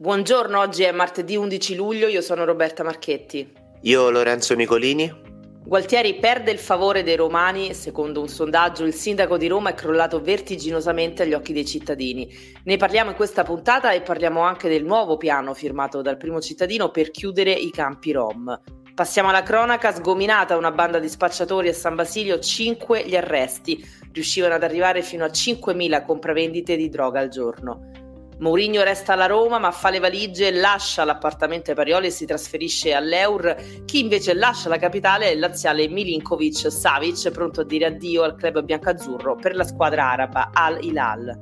Buongiorno, oggi è martedì 11 luglio, io sono Roberta Marchetti. Io Lorenzo Nicolini. Gualtieri perde il favore dei romani, secondo un sondaggio il sindaco di Roma è crollato vertiginosamente agli occhi dei cittadini. Ne parliamo in questa puntata e parliamo anche del nuovo piano firmato dal primo cittadino per chiudere i campi rom. Passiamo alla cronaca, sgominata una banda di spacciatori a San Basilio, 5 gli arresti, riuscivano ad arrivare fino a 5.000 compravendite di droga al giorno. Mourinho resta alla Roma ma fa le valigie, lascia l'appartamento ai Parioli e si trasferisce all'Eur. Chi invece lascia la capitale è il laziale Milinkovic-Savic, pronto a dire addio al club biancazzurro per la squadra araba Al Hilal.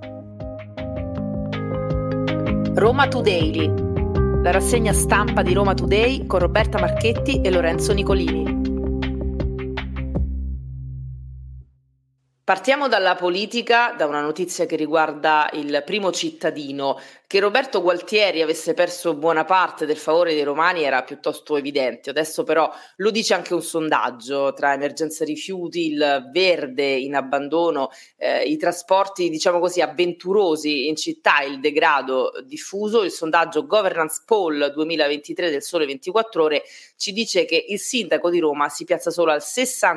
Roma Today, la rassegna stampa di Roma Today con Roberta Marchetti e Lorenzo Nicolini. Partiamo dalla politica, da una notizia che riguarda il primo cittadino. Che Roberto Gualtieri avesse perso buona parte del favore dei romani era piuttosto evidente. Adesso però lo dice anche un sondaggio: tra emergenza rifiuti, il verde in abbandono, i trasporti diciamo così avventurosi in città, il degrado diffuso. Il sondaggio Governance Poll 2023 del Sole 24 Ore ci dice che il sindaco di Roma si piazza solo al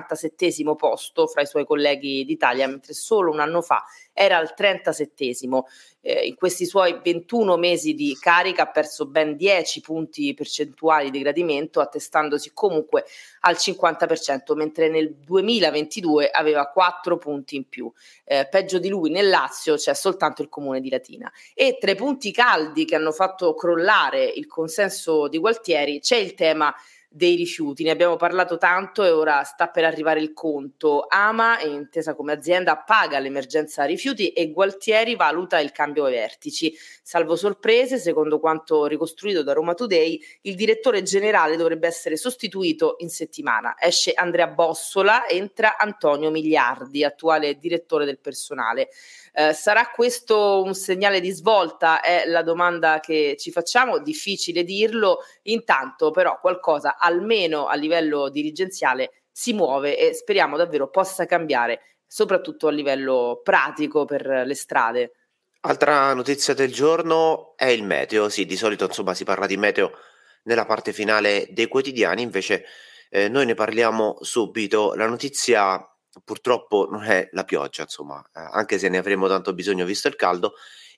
67° posto fra i suoi colleghi d'Italia, mentre solo un anno fa era al 37°. In questi suoi 21 mesi di carica ha perso ben 10 punti percentuali di gradimento, attestandosi comunque al 50%, mentre nel 2022 aveva 4 punti in più. Peggio di lui nel Lazio c'è soltanto il comune di Latina. E tra i punti caldi che hanno fatto crollare il consenso di Gualtieri c'è il tema dei rifiuti. Ne abbiamo parlato tanto e ora sta per arrivare il conto. Ama, intesa come azienda, paga l'emergenza rifiuti e Gualtieri valuta il cambio ai vertici. Salvo sorprese, secondo quanto ricostruito da Roma Today, il direttore generale dovrebbe essere sostituito in settimana. Esce Andrea Bossola, entra Antonio Migliardi, attuale direttore del personale. Sarà questo un segnale di svolta? È la domanda che ci facciamo, difficile dirlo. Intanto però qualcosa almeno a livello dirigenziale si muove e speriamo davvero possa cambiare, soprattutto a livello pratico per le strade. Altra notizia del giorno è il meteo. Sì, di solito insomma si parla di meteo nella parte finale dei quotidiani, invece noi ne parliamo subito. La notizia purtroppo non è la pioggia, insomma, anche se ne avremo tanto bisogno visto il caldo,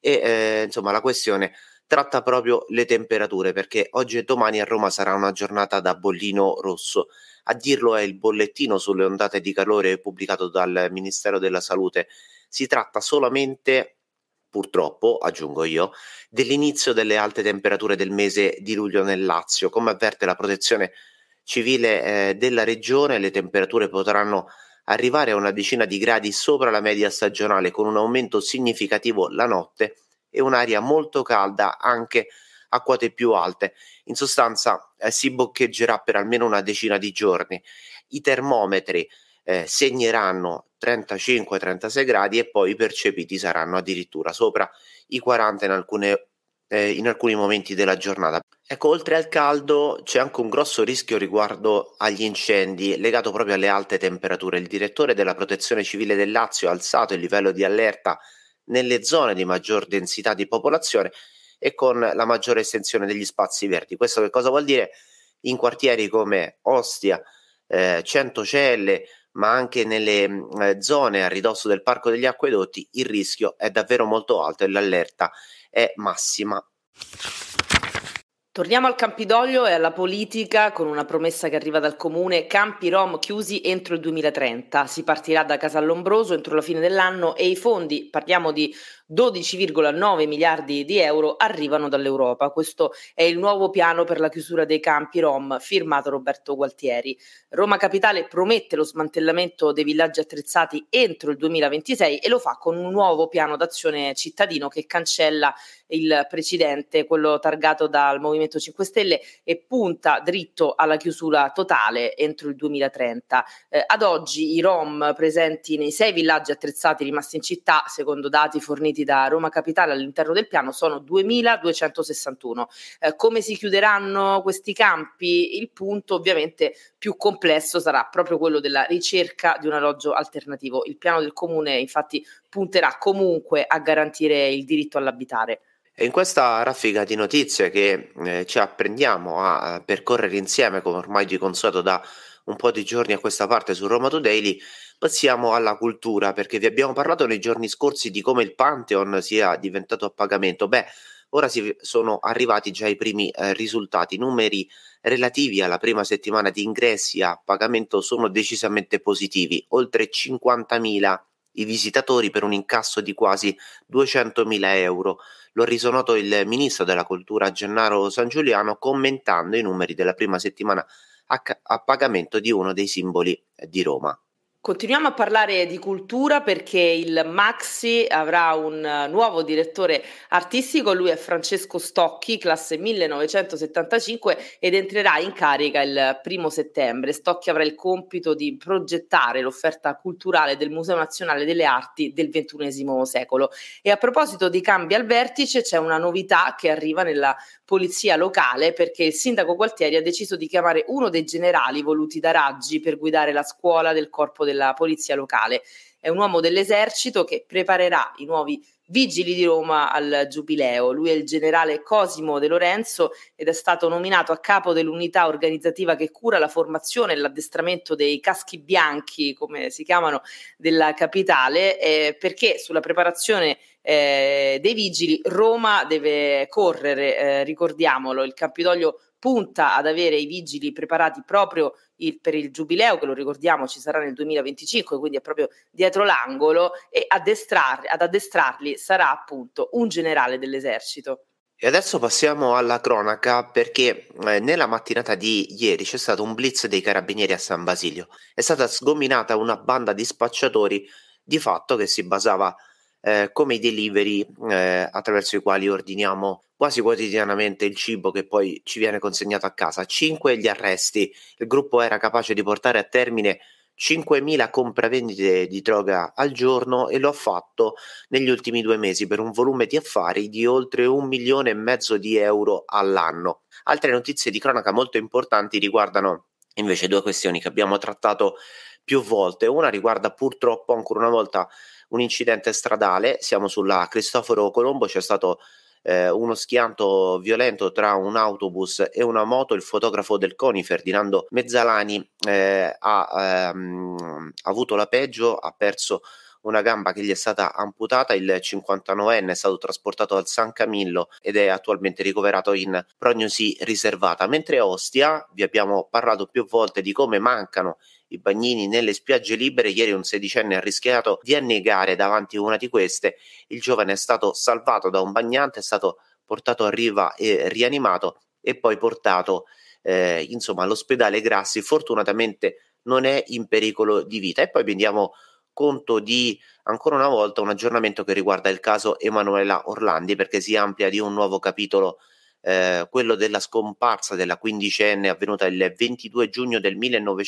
e insomma la questione tratta proprio le temperature, perché oggi e domani a Roma sarà una giornata da bollino rosso. A dirlo è il bollettino sulle ondate di calore pubblicato dal Ministero della Salute. Si tratta solamente, purtroppo, aggiungo io, dell'inizio delle alte temperature del mese di luglio nel Lazio. Come avverte la Protezione Civile della regione, le temperature potranno arrivare a una decina di gradi sopra la media stagionale, con un aumento significativo la notte e un'aria molto calda anche a quote più alte. In sostanza si boccheggerà per almeno una decina di giorni. I termometri segneranno 35-36 gradi e poi i percepiti saranno addirittura sopra i 40 in alcuni momenti della giornata. Ecco, oltre al caldo c'è anche un grosso rischio riguardo agli incendi legato proprio alle alte temperature. Il direttore della Protezione Civile del Lazio ha alzato il livello di allerta nelle zone di maggior densità di popolazione e con la maggiore estensione degli spazi verdi. Questo che cosa vuol dire? In quartieri come Ostia, Centocelle, ma anche nelle zone a ridosso del Parco degli Acquedotti, il rischio è davvero molto alto e l'allerta è massima. Torniamo al Campidoglio e alla politica con una promessa che arriva dal comune: campi rom chiusi entro il 2030. Si partirà da Casallombroso entro la fine dell'anno e i fondi, parliamo di 12,9 miliardi di euro, arrivano dall'Europa. Questo è il nuovo piano per la chiusura dei campi rom, firmato Roberto Gualtieri. Roma Capitale promette lo smantellamento dei villaggi attrezzati entro il 2026 e lo fa con un nuovo piano d'azione cittadino che cancella il precedente, quello targato dal Movimento 5 Stelle, e punta dritto alla chiusura totale entro il 2030. Ad oggi i rom presenti nei 6 villaggi attrezzati rimasti in città, secondo dati forniti da Roma Capitale all'interno del piano, sono 2261. Come si chiuderanno questi campi? Il punto ovviamente più complesso sarà proprio quello della ricerca di un alloggio alternativo. Il piano del comune infatti punterà comunque a garantire il diritto all'abitare. E in questa raffica di notizie che ci apprendiamo a percorrere insieme, come ormai di consueto da un po' di giorni a questa parte su Roma Today, passiamo alla cultura, perché vi abbiamo parlato nei giorni scorsi di come il Pantheon sia diventato a pagamento. Beh, ora sono arrivati già i primi risultati. I numeri relativi alla prima settimana di ingressi a pagamento sono decisamente positivi, oltre 50.000 i visitatori per un incasso di quasi 200.000 euro. Lo ha reso noto il ministro della cultura Gennaro Sangiuliano commentando i numeri della prima settimana a pagamento di uno dei simboli di Roma. Continuiamo a parlare di cultura perché il Maxi avrà un nuovo direttore artistico, lui è Francesco Stocchi, classe 1975 ed entrerà in carica il 1° settembre. Stocchi avrà il compito di progettare l'offerta culturale del Museo Nazionale delle Arti del XXI secolo. E a proposito di cambi al vertice, c'è una novità che arriva nella polizia locale perché il sindaco Gualtieri ha deciso di chiamare uno dei generali voluti da Raggi per guidare la scuola del corpo della polizia locale. È un uomo dell'esercito che preparerà i nuovi vigili di Roma al giubileo. Lui è il generale Cosimo De Lorenzo ed è stato nominato a capo dell'unità organizzativa che cura la formazione e l'addestramento dei caschi bianchi, come si chiamano, della capitale, perché sulla preparazione dei vigili Roma deve correre, ricordiamolo, il Campidoglio punta ad avere i vigili preparati proprio per il giubileo, che lo ricordiamo ci sarà nel 2025, quindi è proprio dietro l'angolo, e ad addestrarli sarà appunto un generale dell'esercito. E adesso passiamo alla cronaca perché nella mattinata di ieri c'è stato un blitz dei carabinieri a San Basilio. È stata sgominata una banda di spacciatori di fatto che si basava come i delivery attraverso i quali ordiniamo quasi quotidianamente il cibo che poi ci viene consegnato a casa. 5 gli arresti, il gruppo era capace di portare a termine 5.000 compravendite di droga al giorno e lo ha fatto negli ultimi 2 mesi per un volume di affari di oltre 1,5 milioni di euro all'anno. Altre notizie di cronaca molto importanti riguardano invece 2 questioni che abbiamo trattato più volte. Una riguarda purtroppo ancora una volta un incidente stradale, siamo sulla Cristoforo Colombo, c'è stato uno schianto violento tra un autobus e una moto. Il fotografo del CONI Ferdinando Mezzalani ha avuto la peggio, ha perso una gamba che gli è stata amputata. Il 59enne è stato trasportato al San Camillo ed è attualmente ricoverato in prognosi riservata. Mentre a Ostia vi abbiamo parlato più volte di come mancano i bagnini nelle spiagge libere. Ieri un 16enne ha rischiato di annegare davanti a una di queste. Il giovane è stato salvato da un bagnante, è stato portato a riva e rianimato e poi portato all'ospedale Grassi. Fortunatamente non è in pericolo di vita. E poi vediamo conto di ancora una volta un aggiornamento che riguarda il caso Emanuela Orlandi, perché si amplia di un nuovo capitolo quello della scomparsa della quindicenne avvenuta il 22 giugno del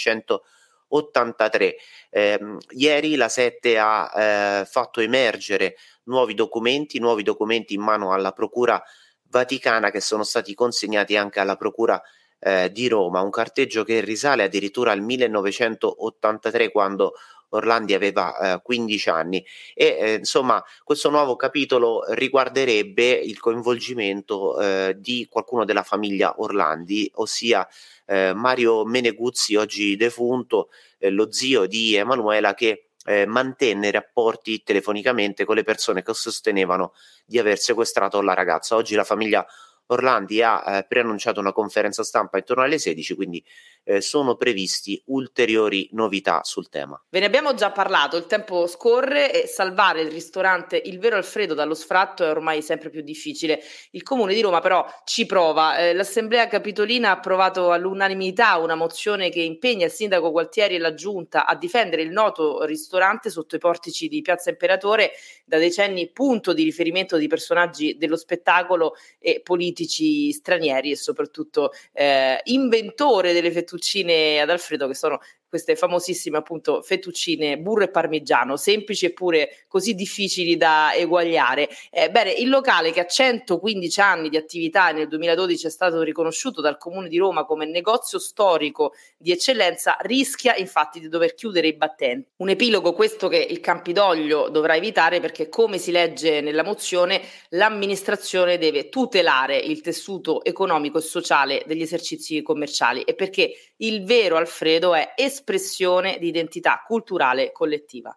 1983. Ieri la 7 ha fatto emergere nuovi documenti in mano alla Procura Vaticana, che sono stati consegnati anche alla Procura di Roma, un carteggio che risale addirittura al 1983, quando Orlandi aveva 15 anni e insomma questo nuovo capitolo riguarderebbe il coinvolgimento di qualcuno della famiglia Orlandi, ossia Mario Meneguzzi, oggi defunto, lo zio di Emanuela, che mantenne rapporti telefonicamente con le persone che sostenevano di aver sequestrato la ragazza. Oggi la famiglia Orlandi ha preannunciato una conferenza stampa intorno alle 16, quindi sono previsti ulteriori novità sul tema. Ve ne abbiamo già parlato, il tempo scorre e salvare il ristorante Il Vero Alfredo dallo sfratto è ormai sempre più difficile. Il Comune di Roma però ci prova. L'Assemblea Capitolina ha approvato all'unanimità una mozione che impegna il sindaco Gualtieri e la giunta a difendere il noto ristorante sotto i portici di Piazza Imperatore, da decenni punto di riferimento di personaggi dello spettacolo e politici stranieri, e soprattutto inventore delle fettuccine ad Alfredo, che sono queste famosissime appunto fettuccine burro e parmigiano, semplici eppure così difficili da eguagliare. Bene, il locale, che ha 115 anni di attività e nel 2012 è stato riconosciuto dal Comune di Roma come negozio storico di eccellenza, rischia infatti di dover chiudere i battenti. Un epilogo questo che il Campidoglio dovrà evitare, perché, come si legge nella mozione, l'amministrazione deve tutelare il tessuto economico e sociale degli esercizi commerciali, e perché il vero, Alfredo, è espressione di identità culturale collettiva.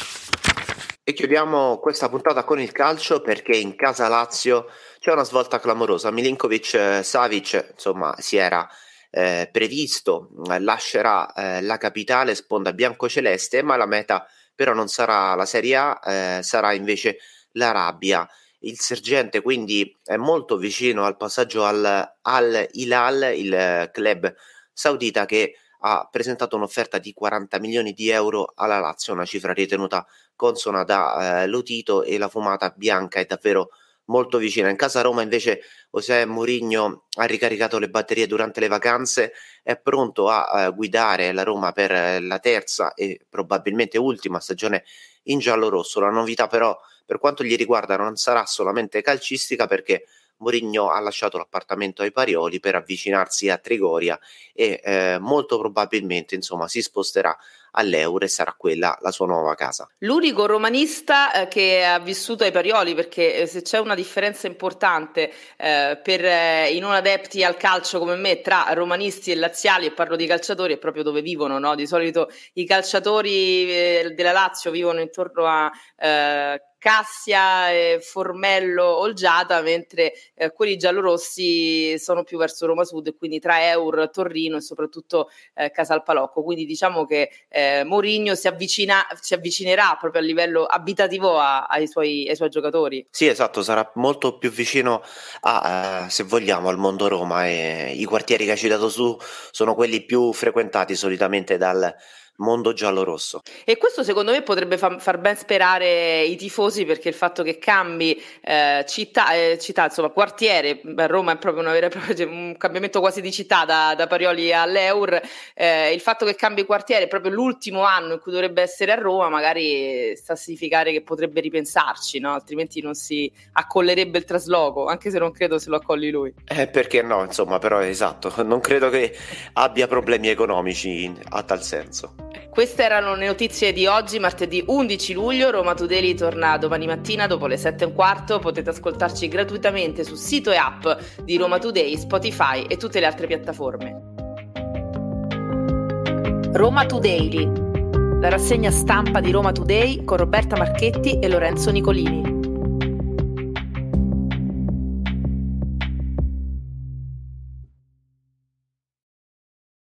E chiudiamo questa puntata con il calcio, perché in casa Lazio c'è una svolta clamorosa. Milinkovic-Savic, insomma, si era previsto, lascerà la capitale, sponda biancoceleste, ma la meta però non sarà la Serie A, sarà invece l'Arabia. Il sergente quindi è molto vicino al passaggio al Hilal, il club saudita che ha presentato un'offerta di 40 milioni di euro alla Lazio, una cifra ritenuta consona da Lotito, e la fumata bianca è davvero molto vicina. In casa Roma invece José Mourinho ha ricaricato le batterie durante le vacanze, è pronto a guidare la Roma per la terza e probabilmente ultima stagione in giallorosso. La novità però, per quanto gli riguarda, non sarà solamente calcistica, perché Mourinho ha lasciato l'appartamento ai Parioli per avvicinarsi a Trigoria e molto probabilmente, insomma, si sposterà all'Euro e sarà quella la sua nuova casa. L'unico romanista che ha vissuto ai Parioli, perché se c'è una differenza importante per i non adepti al calcio come me tra romanisti e laziali, e parlo di calciatori, è proprio dove vivono, no? Di solito i calciatori della Lazio vivono intorno a Cassia, Formello, Olgiata, mentre quelli giallorossi sono più verso Roma Sud, e quindi tra Eur, Torino e soprattutto Casalpalocco. Quindi diciamo che Mourinho si avvicinerà proprio a livello abitativo ai suoi giocatori. Sì, esatto, sarà molto più vicino se vogliamo, al mondo Roma, e i quartieri che hai citato su sono quelli più frequentati solitamente dal mondo giallo-rosso. E questo secondo me potrebbe far ben sperare i tifosi, perché il fatto che cambi città, insomma quartiere, Roma è proprio una vera e propria, un cambiamento quasi di città da Parioli all'Eur, il fatto che cambi quartiere proprio l'ultimo anno in cui dovrebbe essere a Roma magari sta a significare che potrebbe ripensarci, no? Altrimenti non si accollerebbe il trasloco, anche se non credo se lo accolli lui. Perché no, insomma, però esatto, non credo che abbia problemi economici a tal senso. Queste erano le notizie di oggi, martedì 11 luglio. Roma Today torna domani mattina dopo le 7:15. Potete ascoltarci gratuitamente su sito e app di Roma Today, Spotify e tutte le altre piattaforme. Roma Today, la rassegna stampa di Roma Today con Roberta Marchetti e Lorenzo Nicolini.